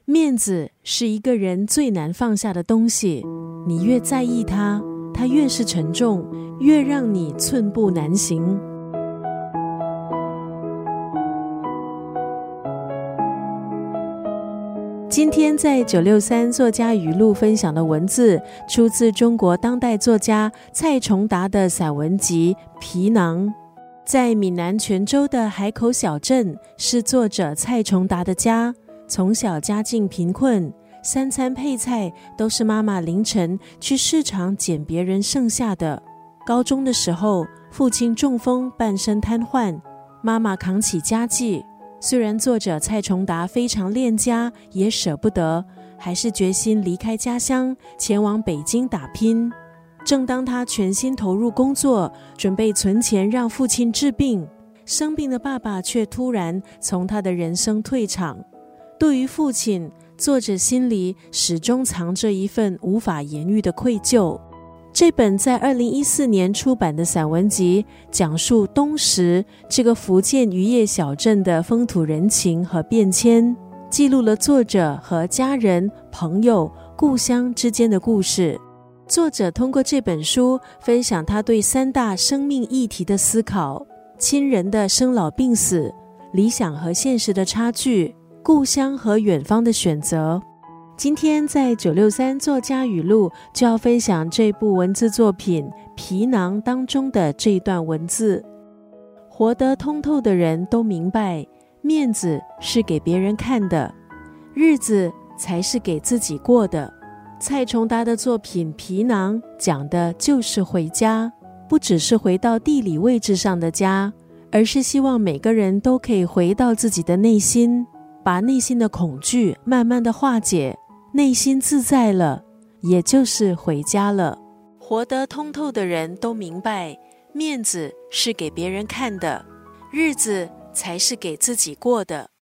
面子是一个人最难放下的东西，你越在意它，它越是沉重，越让你寸步难行。今天在963作家语录分享的文字，出自中国当代作家蔡崇达的散文集《皮囊》。在闽南泉州的海口小镇，是作者蔡崇达的家。从小家境贫困，3餐配菜都是妈妈凌晨去市场捡别人剩下的。高中的时候，父亲中风，半身瘫痪，妈妈扛起家计。虽然作者蔡崇达非常恋家，也舍不得，还是决心离开家乡，前往北京打拼。正当他全心投入工作，准备存钱让父亲治病，生病的爸爸却突然从他的人生退场。对于父亲，作者心里始终藏着一份无法言喻的愧疚。这本在2014年出版的散文集，讲述东石这个福建渔业小镇的风土人情和变迁，记录了作者和家人、朋友、故乡之间的故事。作者通过这本书分享他对3大生命议题的思考：亲人的生老病死、理想和现实的差距、故乡和远方的选择。今天在963作家语录就要分享这部文字作品《皮囊》当中的这一段文字。活得通透的人都明白，面子是给别人看的，日子才是给自己过的。蔡崇达的作品《皮囊》讲的就是回家，不只是回到地理位置上的家，而是希望每个人都可以回到自己的内心，把内心的恐惧慢慢的化解，内心自在了，也就是回家了。活得通透的人都明白，面子是给别人看的，日子才是给自己过的。